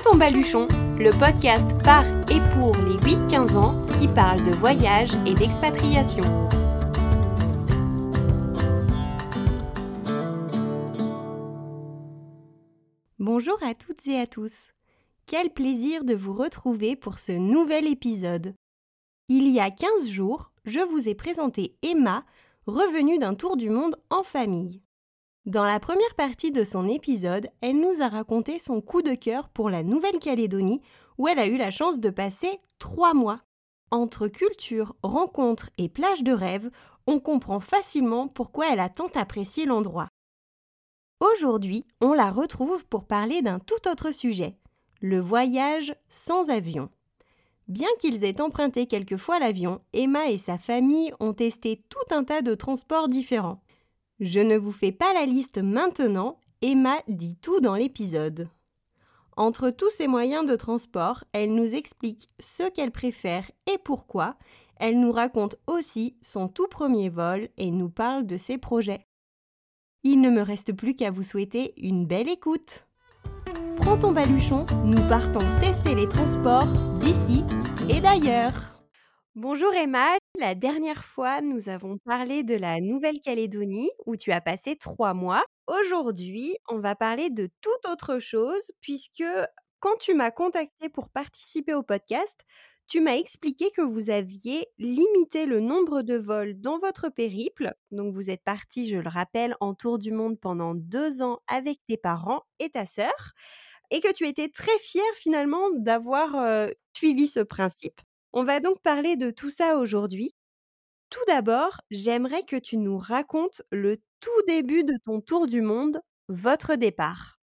ton baluchon, le podcast par et pour les 8-15 ans qui parle de voyage et d'expatriation. Bonjour à toutes et à tous. Quel plaisir de vous retrouver pour ce nouvel épisode. Il y a 15 jours, je vous ai présenté Emma, revenue d'un tour du monde en famille. Dans la première partie de son épisode, elle nous a raconté son coup de cœur pour la Nouvelle-Calédonie où elle a eu la chance de passer 3 mois. Entre culture, rencontres et plages de rêve, on comprend facilement pourquoi elle a tant apprécié l'endroit. Aujourd'hui, on la retrouve pour parler d'un tout autre sujet, le voyage sans avion. Bien qu'ils aient emprunté quelquefois l'avion, Emma et sa famille ont testé tout un tas de transports différents. Je ne vous fais pas la liste maintenant, Emma dit tout dans l'épisode. Entre tous ces moyens de transport, elle nous explique ce qu'elle préfère et pourquoi. Elle nous raconte aussi son tout premier vol et nous parle de ses projets. Il ne me reste plus qu'à vous souhaiter une belle écoute. Prends ton baluchon, nous partons tester les transports d'ici et d'ailleurs. Bonjour Emma, la dernière fois nous avons parlé de la Nouvelle-Calédonie où tu as passé 3 mois. Aujourd'hui, on va parler de toute autre chose puisque quand tu m'as contacté pour participer au podcast, tu m'as expliqué que vous aviez limité le nombre de vols dans votre périple. Donc vous êtes parti, je le rappelle, en tour du monde pendant 2 ans avec tes parents et ta sœur et que tu étais très fière finalement d'avoir suivi ce principe. On va donc parler de tout ça aujourd'hui. Tout d'abord, j'aimerais que tu nous racontes le tout début de ton tour du monde, votre départ.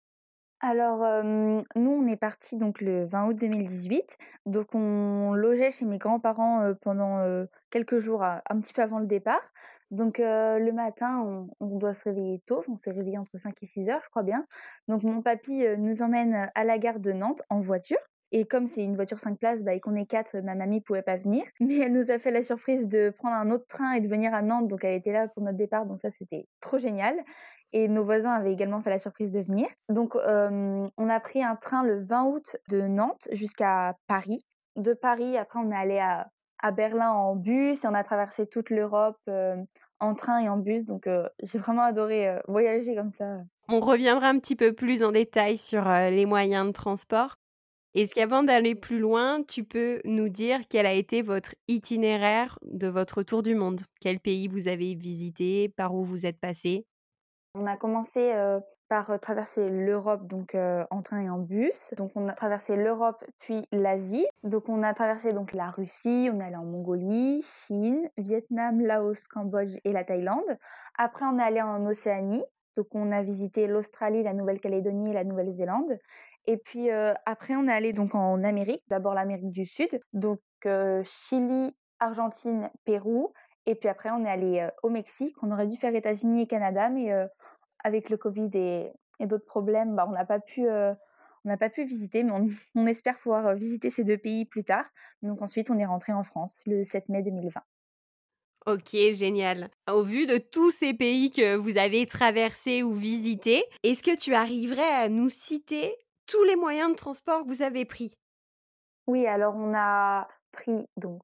Alors, nous, on est partis donc le 20 août 2018. Donc on logeait chez mes grands-parents, pendant, quelques jours, un petit peu avant le départ. Donc, le matin, on doit se réveiller tôt. Enfin, on s'est réveillés entre 5 et 6 heures, je crois bien. Donc mon papy, nous emmène, à la gare de Nantes en voiture et comme c'est une voiture 5 places, et qu'on est 4, ma mamie pouvait pas venir. Mais elle nous a fait la surprise de prendre un autre train et de venir à Nantes, donc elle était là pour notre départ, donc ça, c'était trop génial et nos voisins avaient également fait la surprise de venir. Donc, on a pris un train le 20 août de Nantes jusqu'à Paris. De Paris, après, on est allé à Berlin en bus et on a traversé toute l'Europe en train et en bus. Donc, j'ai vraiment adoré voyager comme ça. On reviendra un petit peu plus en détail sur les moyens de transport. Est-ce qu'avant d'aller plus loin, tu peux nous dire quel a été votre itinéraire de votre tour du monde? Quel pays vous avez visité? Par où vous êtes passé? On a commencé par traverser l'Europe donc en train et en bus. Donc on a traversé l'Europe puis l'Asie. Donc on a traversé donc la Russie, on est allé en Mongolie, Chine, Vietnam, Laos, Cambodge et la Thaïlande. Après on est allé en Océanie. Donc on a visité l'Australie, la Nouvelle-Calédonie et la Nouvelle-Zélande. Et puis après on est allé donc en Amérique, d'abord l'Amérique du Sud, donc Chili, Argentine, Pérou. Et puis après, on est allé au Mexique. On aurait dû faire États-Unis et Canada, mais avec le Covid et d'autres problèmes, on n'a pas pu visiter, mais on espère pouvoir visiter ces 2 pays plus tard. Donc ensuite, on est rentré en France le 7 mai 2020. Ok, génial. Au vu de tous ces pays que vous avez traversés ou visités, est-ce que tu arriverais à nous citer tous les moyens de transport que vous avez pris? Oui, alors on a pris donc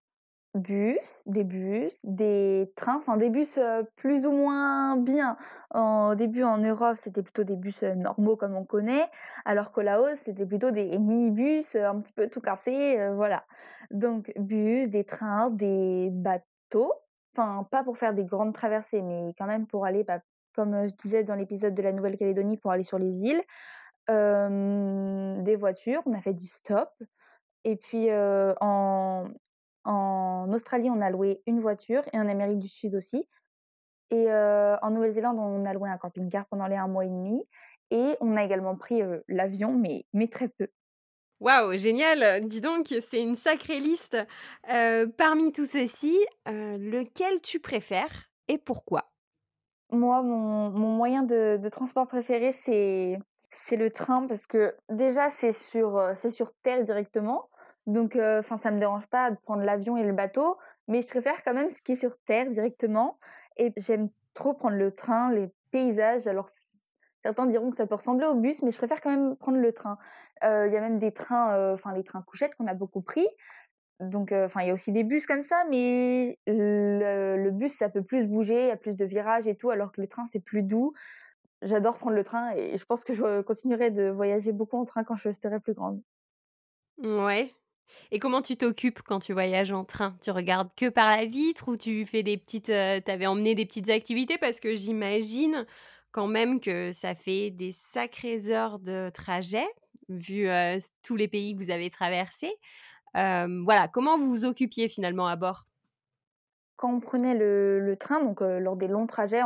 des trains, enfin des bus plus ou moins bien. Au début en Europe, c'était plutôt des bus normaux comme on connaît, alors qu'au Laos, c'était plutôt des minibus un petit peu tout cassés, voilà. Donc bus, des trains, des bateaux, enfin pas pour faire des grandes traversées, mais quand même pour aller, comme je disais dans l'épisode de la Nouvelle-Calédonie, pour aller sur les îles. Des voitures, on a fait du stop et puis en Australie, on a loué une voiture et en Amérique du Sud aussi. Et en Nouvelle-Zélande, on a loué un camping-car pendant les 1 mois et demi et on a également pris l'avion, mais très peu. Waouh, génial! Dis donc, c'est une sacrée liste. Parmi tous ceux-ci, lequel tu préfères et pourquoi? Moi, mon moyen de transport préféré, c'est le train parce que déjà, c'est sur terre directement. Donc enfin, ça me dérange pas de prendre l'avion et le bateau, mais je préfère quand même ce qui est sur terre directement et j'aime trop prendre le train, les paysages. Alors c'est Certains diront que ça peut ressembler au bus, mais je préfère quand même prendre le train. Il y a même des trains, enfin les trains couchettes qu'on a beaucoup pris. Donc enfin, il y a aussi des bus comme ça, mais le bus, ça peut plus bouger, il y a plus de virages et tout, alors que le train, c'est plus doux. J'adore prendre le train et je pense que je continuerai de voyager beaucoup en train quand je serai plus grande. Ouais. Et comment tu t'occupes quand tu voyages en train? Tu regardes que par la vitre ou tu fais des petites, tu emmené des petites activités? Parce que j'imagine quand même que ça fait des sacrées heures de trajet, vu, tous les pays que vous avez traversés. Voilà, comment vous vous occupiez finalement à bord? Quand on prenait le train, donc lors des longs trajets,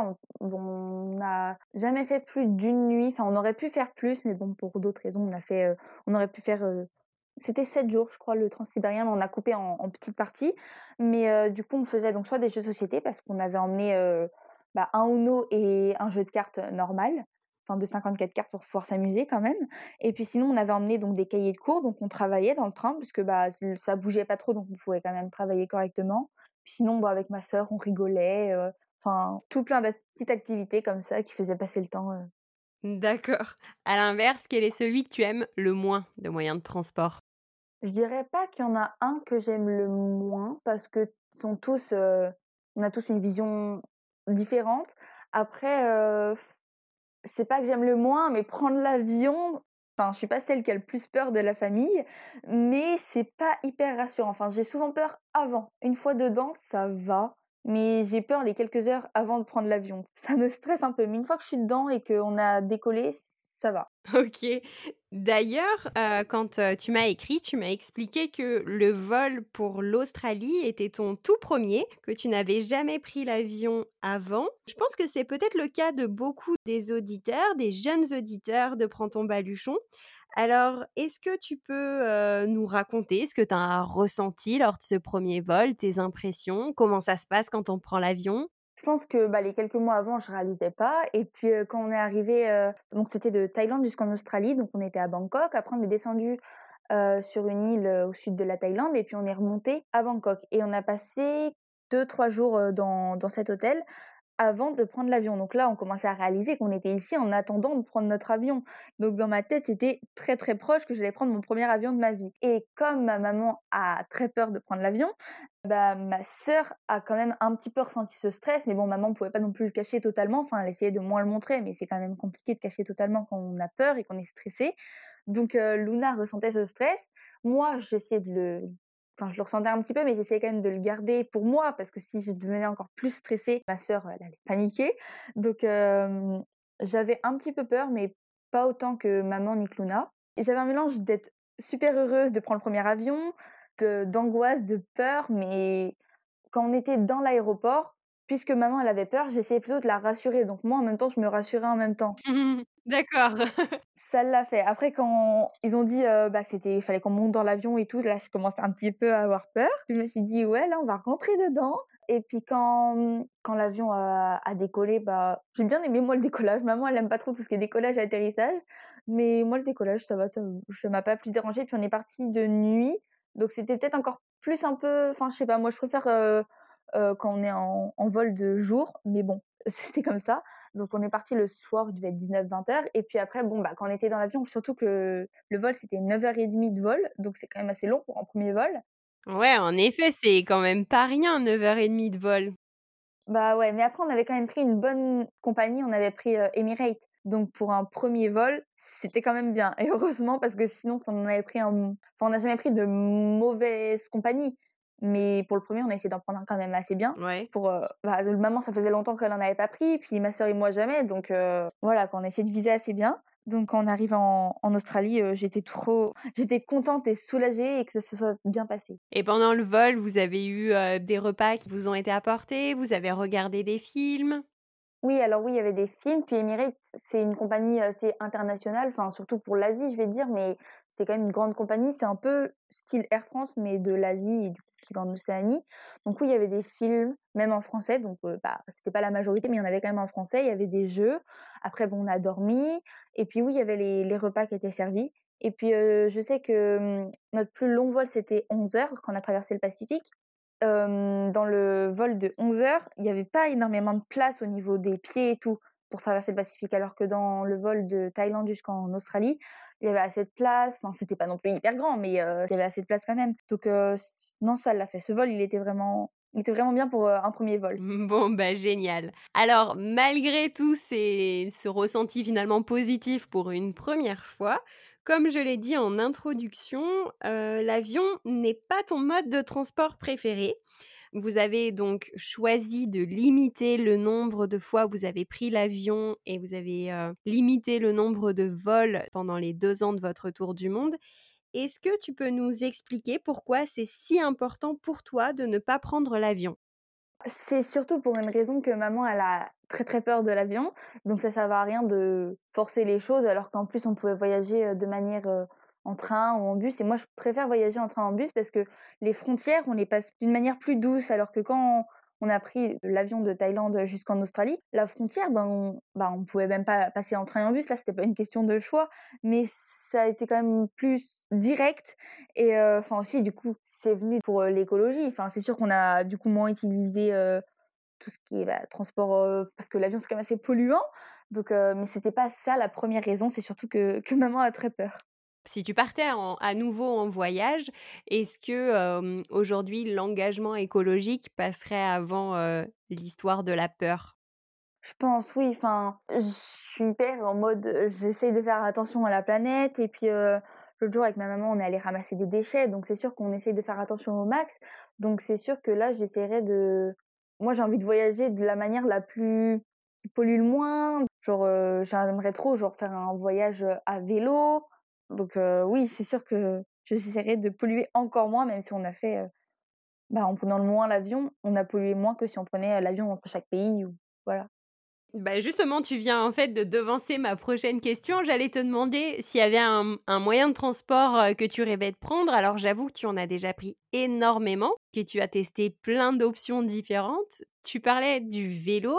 on n'a jamais fait plus d'une nuit. Enfin, on aurait pu faire plus, mais bon, pour d'autres raisons, on aurait pu faire, c'était 7 jours, je crois, le Transsibérien, mais on a coupé en petites parties. Mais du coup, on faisait donc soit des jeux de société parce qu'on avait emmené, un Uno et un jeu de cartes, normal, enfin de 54 cartes pour pouvoir s'amuser quand même. Et puis sinon, on avait emmené donc des cahiers de cours, donc on travaillait dans le train puisque, ça bougeait pas trop, donc on pouvait quand même travailler correctement. Puis sinon, avec ma sœur, on rigolait, enfin tout plein de petites activités comme ça qui faisaient passer le temps. D'accord. À l'inverse, quel est celui que tu aimes le moins de moyens de transport? Je dirais pas qu'il y en a un que j'aime le moins parce que sont tous, on a tous une vision différente. Après, c'est pas que j'aime le moins, mais prendre l'avion, enfin, je suis pas celle qui a le plus peur de la famille, mais c'est pas hyper rassurant. Enfin, j'ai souvent peur avant. Une fois dedans, ça va, mais j'ai peur les quelques heures avant de prendre l'avion. Ça me stresse un peu, mais une fois que je suis dedans et qu'on a décollé, ça va. OK. D'ailleurs, quand, tu m'as écrit, tu m'as expliqué que le vol pour l'Australie était ton tout premier, que tu n'avais jamais pris l'avion avant. Je pense que c'est peut-être le cas de beaucoup des auditeurs, des jeunes auditeurs de Prends ton baluchon. Alors, est-ce que tu peux, nous raconter ce que tu as ressenti lors de ce premier vol, tes impressions? Comment ça se passe quand on prend l'avion? Je pense que, les quelques mois avant, je réalisais pas et puis, quand on est arrivé, donc c'était de Thaïlande jusqu'en Australie, donc on était à Bangkok. Après on est descendu, sur une île, au sud de la Thaïlande et puis on est remonté à Bangkok et on a passé 2-3 jours, dans cet hôtel avant de prendre l'avion. Donc là, on commençait à réaliser qu'on était ici en attendant de prendre notre avion. Donc dans ma tête, c'était très, très proche que j'allais prendre mon premier avion de ma vie et comme ma maman a très peur de prendre l'avion, ma sœur a quand même un petit peu ressenti ce stress, mais bon, maman pouvait pas non plus le cacher totalement. Enfin, elle essayait de moins le montrer, mais c'est quand même compliqué de cacher totalement quand on a peur et qu'on est stressé. Donc, Luna ressentait ce stress. Moi, j'essayais de le enfin, je le ressentais un petit peu, mais j'essayais quand même de le garder pour moi parce que si je devenais encore plus stressée, ma sœur, elle allait paniquer. Donc, j'avais un petit peu peur, mais pas autant que maman ni que Luna. Et j'avais un mélange d'être super heureuse de prendre le premier avion, d'angoisse, de peur, mais quand on était dans l'aéroport, puisque maman elle avait peur, j'essayais plutôt de la rassurer. Donc moi, en même temps, je me rassurais en même temps. D'accord. Ça l'a fait. Après quand ils ont dit, que c'était il fallait qu'on monte dans l'avion et tout, là, je commençais un petit peu à avoir peur. Je me suis dit: «Ouais, là, on va rentrer dedans» et puis quand l'avion a décollé, j'ai bien aimé moi le décollage. Maman, elle aime pas trop tout ce qui est décollage et atterrissage, mais moi le décollage, ça va, ça m'a pas plus dérangé. Puis on est parti de nuit, donc c'était peut-être encore plus un peu enfin, je sais pas, moi je préfère, quand on est en vol de jour, mais bon, c'était comme ça. Donc on est parti le soir, il devait être 19-20 heures et puis après quand on était dans l'avion, surtout que le vol c'était 9h30 de vol, donc c'est quand même assez long pour un premier vol. Ouais, en effet, c'est quand même pas rien, 9h30 de vol. Bah, ouais, mais après on avait quand même pris une bonne compagnie, on avait pris, Emirates. Donc pour un premier vol, c'était quand même bien et heureusement parce que sinon si on en avait pris on n'a jamais pris de mauvaise compagnie. Mais pour le premier, on a essayé d'en prendre un quand même assez bien Ouais. pour, maman ça faisait longtemps qu'elle en avait pas pris, puis ma sœur et moi jamais, donc voilà quoi, on a essayé de viser assez bien. Donc quand on arrive en Australie, j'étais contente et soulagée et que ça se soit bien passé. Et pendant le vol, vous avez eu, des repas qui vous ont été apportés? Vous avez regardé des films? Oui, alors oui, il y avait des films, puis Emirates, c'est une compagnie assez internationale, enfin surtout pour l'Asie, je vais dire, mais c'est quand même une grande compagnie. C'est un peu style Air France, mais de l'Asie et du coup qui va en Océanie. Donc oui, il y avait des films, même en français, donc c'était pas la majorité, mais il y en avait quand même en français. Il y avait des jeux. Après, bon, on a dormi. Et puis oui, il y avait les repas qui étaient servis. Et puis je sais que notre plus long vol, c'était 11 heures quand on a traversé le Pacifique. Dans le vol de 11 heures, il y avait pas énormément de place au niveau des pieds et tout. pour traverser le Pacifique, alors que dans le vol de Thaïlande jusqu'en Australie, il y avait assez de place. Enfin, c'était pas non plus hyper grand, mais il y avait assez de place quand même. Donc non, ça l'a fait. Ce vol, il était vraiment bien pour, un premier vol. Bon, bah, génial. Alors, malgré tout ce ressenti finalement positif pour une première fois, comme je l'ai dit en introduction, l'avion n'est pas ton mode de transport préféré. Vous avez donc choisi de limiter le nombre de fois où vous avez pris l'avion et vous avez, limité le nombre de vols pendant les 2 ans de votre tour du monde. Est-ce que tu peux nous expliquer pourquoi c'est si important pour toi de ne pas prendre l'avion? C'est surtout pour une raison que maman, elle a très, très peur de l'avion, donc ça servait à rien de forcer les choses alors qu'en plus on pouvait voyager, de manière, en train ou en bus et moi je préfère voyager en train ou en bus parce que les frontières, on les passe d'une manière plus douce alors que quand on a pris l'avion de Thaïlande jusqu'en Australie, la frontière, on pouvait même pas passer en train et en bus. Là, c'était pas une question de choix, mais ça a été quand même plus direct et enfin aussi du coup, c'est venu pour, l'écologie. Enfin, c'est sûr qu'on a du coup moins utilisé, tout ce qui est, transport, parce que l'avion c'est quand même assez polluant donc mais c'était pas ça la première raison, c'est surtout que maman a très peur. Si tu partais à nouveau en voyage, est-ce que, aujourd'hui l'engagement écologique passerait avant, l'histoire de la peur? Je pense oui, enfin, je suis hyper en mode, j'essaye de faire attention à la planète et puis, l'autre jour avec ma maman, on est allé ramasser des déchets, donc c'est sûr qu'on essaye de faire attention au max. Donc c'est sûr que là, j'essaierai de moi, j'ai envie de voyager de la manière la plus qui pollue le moins. Genre, j'aimerais trop genre faire un voyage, à vélo. Donc, oui, c'est sûr que j'essaierai de polluer encore moins, même si on a fait, en prenant le moins l'avion, on a pollué moins que si on prenait, l'avion entre chaque pays ou voilà. Bah, justement, tu viens en fait de devancer ma prochaine question. J'allais te demander s'il y avait un moyen de transport, que tu rêvais de prendre. Alors j'avoue que tu en as déjà pris énormément, que tu as testé plein d'options différentes. Tu parlais du vélo,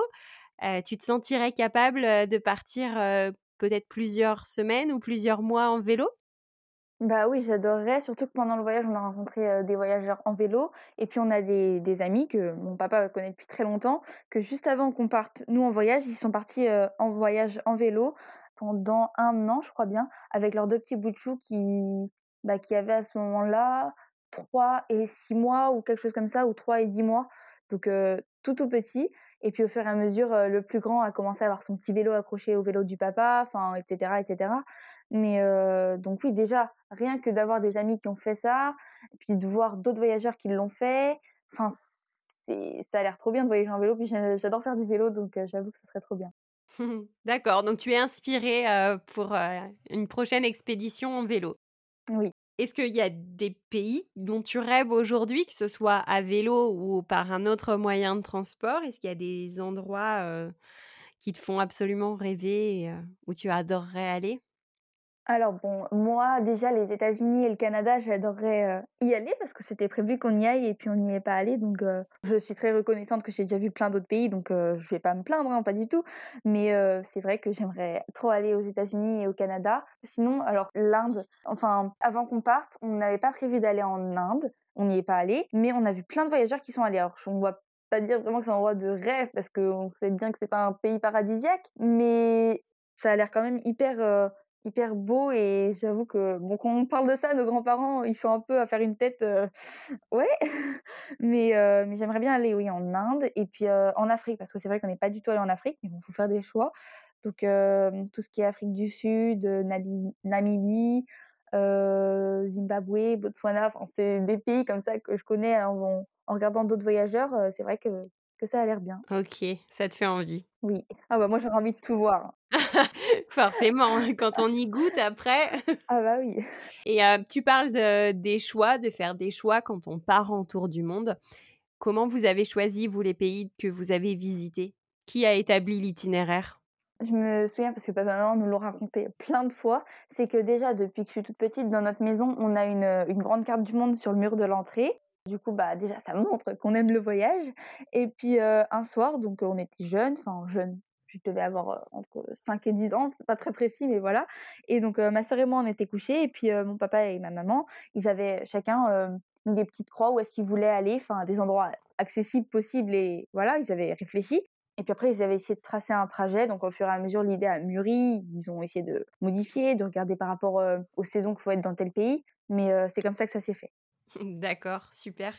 tu te sentirais capable, de partir, peut-être plusieurs semaines ou plusieurs mois en vélo? Bah oui, j'adorerais, surtout que pendant le voyage, on a rencontré, des voyageurs en vélo et puis on a des amis que mon papa connaît depuis très longtemps, que juste avant qu'on parte, nous, en voyage, ils sont partis, en voyage en vélo pendant 1 an, je crois bien, avec leurs 2 petits bouts de chou qui avaient à ce moment-là 3 et 6 mois ou quelque chose comme ça ou 3 et 10 mois. Donc tout, tout petit et puis au fur et à mesure, le plus grand a commencé à avoir son petit vélo accroché au vélo du papa, enfin et cetera et cetera. Mais donc oui, déjà, rien que d'avoir des amis qui ont fait ça, et puis de voir d'autres voyageurs qui l'ont fait, enfin, ça a l'air trop bien de voyager en vélo, puis j'adore faire du vélo, donc j'avoue que ce serait trop bien. D'accord, donc tu es inspirée, pour, une prochaine expédition en vélo. Oui. Est-ce qu'il y a des pays dont tu rêves aujourd'hui, que ce soit à vélo ou par un autre moyen de transport? Est-ce qu'il y a des endroits, qui te font absolument rêver et où tu adorerais aller? Alors bon, moi déjà les États-Unis et le Canada, j'adorerais, y aller parce que c'était prévu qu'on y aille et puis on n'y est pas allé donc je suis très reconnaissante que j'ai déjà vu plein d'autres pays donc je vais pas me plaindre, hein, pas du tout. Mais c'est vrai que j'aimerais trop aller aux États-Unis et au Canada. Sinon, alors l'Inde, enfin avant qu'on parte, on n'avait pas prévu d'aller en Inde, on n'y est pas allé, mais on a vu plein de voyageurs qui sont allés. Alors on va pas dire vraiment que c'est un endroit de rêve parce qu'on sait bien que c'est pas un pays paradisiaque, mais ça a l'air quand même hyper beau et j'avoue que, bon, quand on parle de ça, nos grands-parents, ils sont un peu à faire une tête, «Ouais», mais j'aimerais bien aller, oui, en Inde et puis, en Afrique parce que c'est vrai qu'on n'est pas du tout allé en Afrique, mais bon, faut faire des choix. Donc, tout ce qui est Afrique du Sud, Namibie, Zimbabwe, Botswana, enfin, c'est des pays comme ça que je connais en regardant d'autres voyageurs, c'est vrai que ça a l'air bien. OK, ça te fait envie. Oui. Ah bah, moi, j'aurais envie de tout voir, hein. Forcément, quand on y goûte après. Ah bah, oui. Et tu parles des choix, de faire des choix quand on part en tour du monde. Comment vous avez choisi, vous, les pays que vous avez visités? Qui a établi l'itinéraire? Je me souviens parce que papa et maman nous l'ont raconté plein de fois, c'est que déjà depuis que je suis toute petite dans notre maison, on a une grande carte du monde sur le mur de l'entrée. Du coup, bah, déjà ça montre qu'on aime le voyage et puis, un soir donc, on était jeunes, enfin jeunes, je devais avoir, entre 5 et 10 ans, c'est pas très précis mais voilà et donc, ma sœur et moi on était couchés et puis, mon papa et ma maman, ils avaient chacun, mis des petites croix où est-ce qu'ils voulaient aller, enfin des endroits accessibles possibles et voilà, ils avaient réfléchi Et puis après, ils avaient essayé de tracer un trajet. Donc, au fur et à mesure, l'idée a mûri. Ils ont essayé de modifier, de regarder par rapport aux saisons qu'il faut être dans tel pays. Mais c'est comme ça que ça s'est fait. D'accord, super.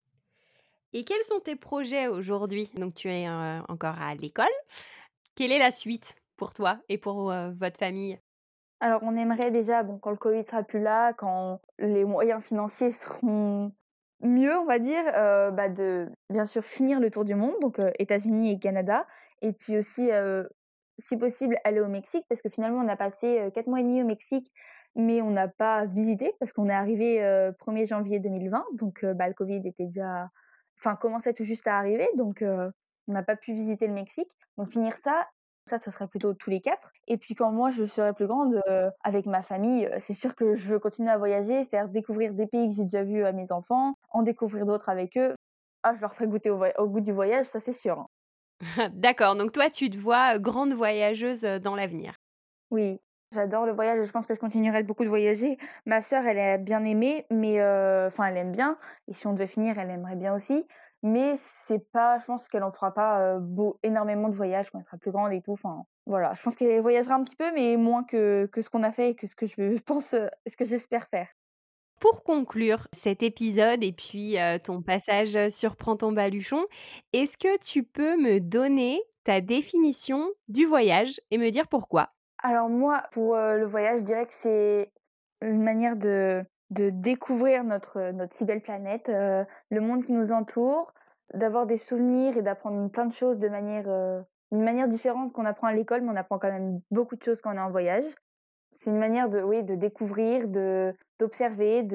Et quels sont tes projets aujourd'hui? Donc tu es, encore à l'école. Quelle est la suite pour toi et pour, votre famille? Alors, on aimerait déjà, bon, quand le Covid sera plus là, quand les moyens financiers seront mieux, on va dire, de bien sûr finir le tour du monde, donc États-Unis et Canada, et puis aussi, si possible, aller au Mexique, parce que finalement, on a passé 4 mois et demi au Mexique, mais on n'a pas visité, parce qu'on est arrivé 1er janvier 2020, donc le Covid était déjà, enfin, commençait tout juste à arriver, donc on n'a pas pu visiter le Mexique. Donc finir ça, ce serait plutôt tous les 4. Et puis quand moi, je serai plus grande, avec ma famille, c'est sûr que je veux continuer à voyager, faire découvrir des pays que j'ai déjà vus à mes enfants, en découvrir d'autres avec eux. Ah, je leur ferai goûter au goût du voyage, ça c'est sûr, hein. D'accord, donc toi tu te vois, grande voyageuse, dans l'avenir? Oui, j'adore le voyage et je pense que je continuerai beaucoup de voyager. Ma sœur, elle a bien aimé, mais enfin, elle aime bien et si on devait finir, elle aimerait bien aussi. Mais c'est pas, je pense qu'elle en fera pas, énormément de voyages quand elle sera plus grande et tout, enfin, voilà. Je pense qu'elle voyagera un petit peu, mais moins que ce qu'on a fait et que ce que je pense, ce que j'espère faire. Pour conclure cet épisode et puis, ton passage, sur Prends ton baluchon, est-ce que tu peux me donner ta définition du voyage et me dire pourquoi? Alors moi, pour, le voyage, je dirais que c'est une manière de découvrir notre si belle planète, le monde qui nous entoure, d'avoir des souvenirs et d'apprendre plein de choses d'une manière différente qu'on apprend à l'école, mais on apprend quand même beaucoup de choses quand on est en voyage. C'est une manière de découvrir, d'observer,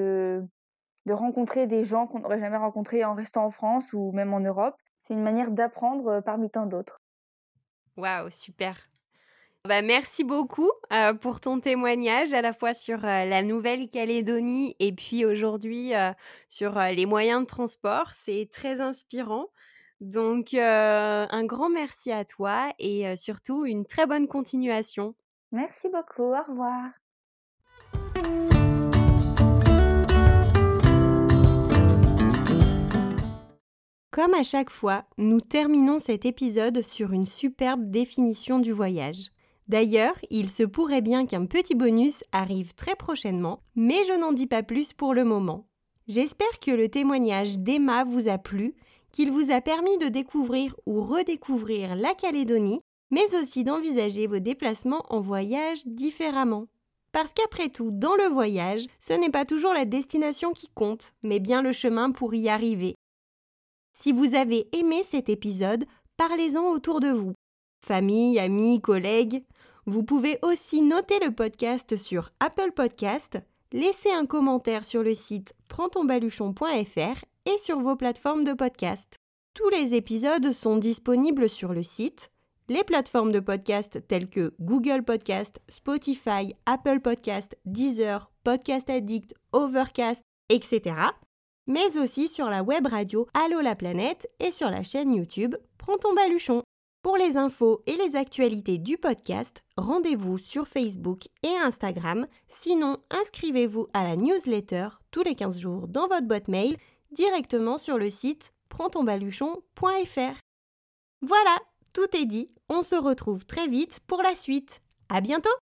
de rencontrer des gens qu'on n'aurait jamais rencontrés en restant en France ou même en Europe. C'est une manière d'apprendre, parmi tant d'autres. Waouh, super! Bah, merci beaucoup, pour ton témoignage à la fois sur, la Nouvelle-Calédonie et puis aujourd'hui, sur, les moyens de transport. C'est très inspirant. Donc, un grand merci à toi et surtout une très bonne continuation. Merci beaucoup, au revoir. Comme à chaque fois, nous terminons cet épisode sur une superbe définition du voyage. D'ailleurs, il se pourrait bien qu'un petit bonus arrive très prochainement, mais je n'en dis pas plus pour le moment. J'espère que le témoignage d'Emma vous a plu, qu'il vous a permis de découvrir ou redécouvrir la Calédonie, mais aussi d'envisager vos déplacements en voyage différemment. Parce qu'après tout, dans le voyage, ce n'est pas toujours la destination qui compte, mais bien le chemin pour y arriver. Si vous avez aimé cet épisode, parlez-en autour de vous. Famille, amis, collègues. Vous pouvez aussi noter le podcast sur Apple Podcast, laisser un commentaire sur le site prendtonbaluchon.fr et sur vos plateformes de podcast. Tous les épisodes sont disponibles sur le site, les plateformes de podcast telles que Google Podcast, Spotify, Apple Podcast, Deezer, Podcast Addict, Overcast, etc. mais aussi sur la web radio Allô la planète et sur la chaîne YouTube Prends ton baluchon. Pour les infos et les actualités du podcast, rendez-vous sur Facebook et Instagram. Sinon, inscrivez-vous à la newsletter tous les 15 jours dans votre boîte mail directement sur le site prendtonbaluchon.fr. Voilà, tout est dit. On se retrouve très vite pour la suite. À bientôt!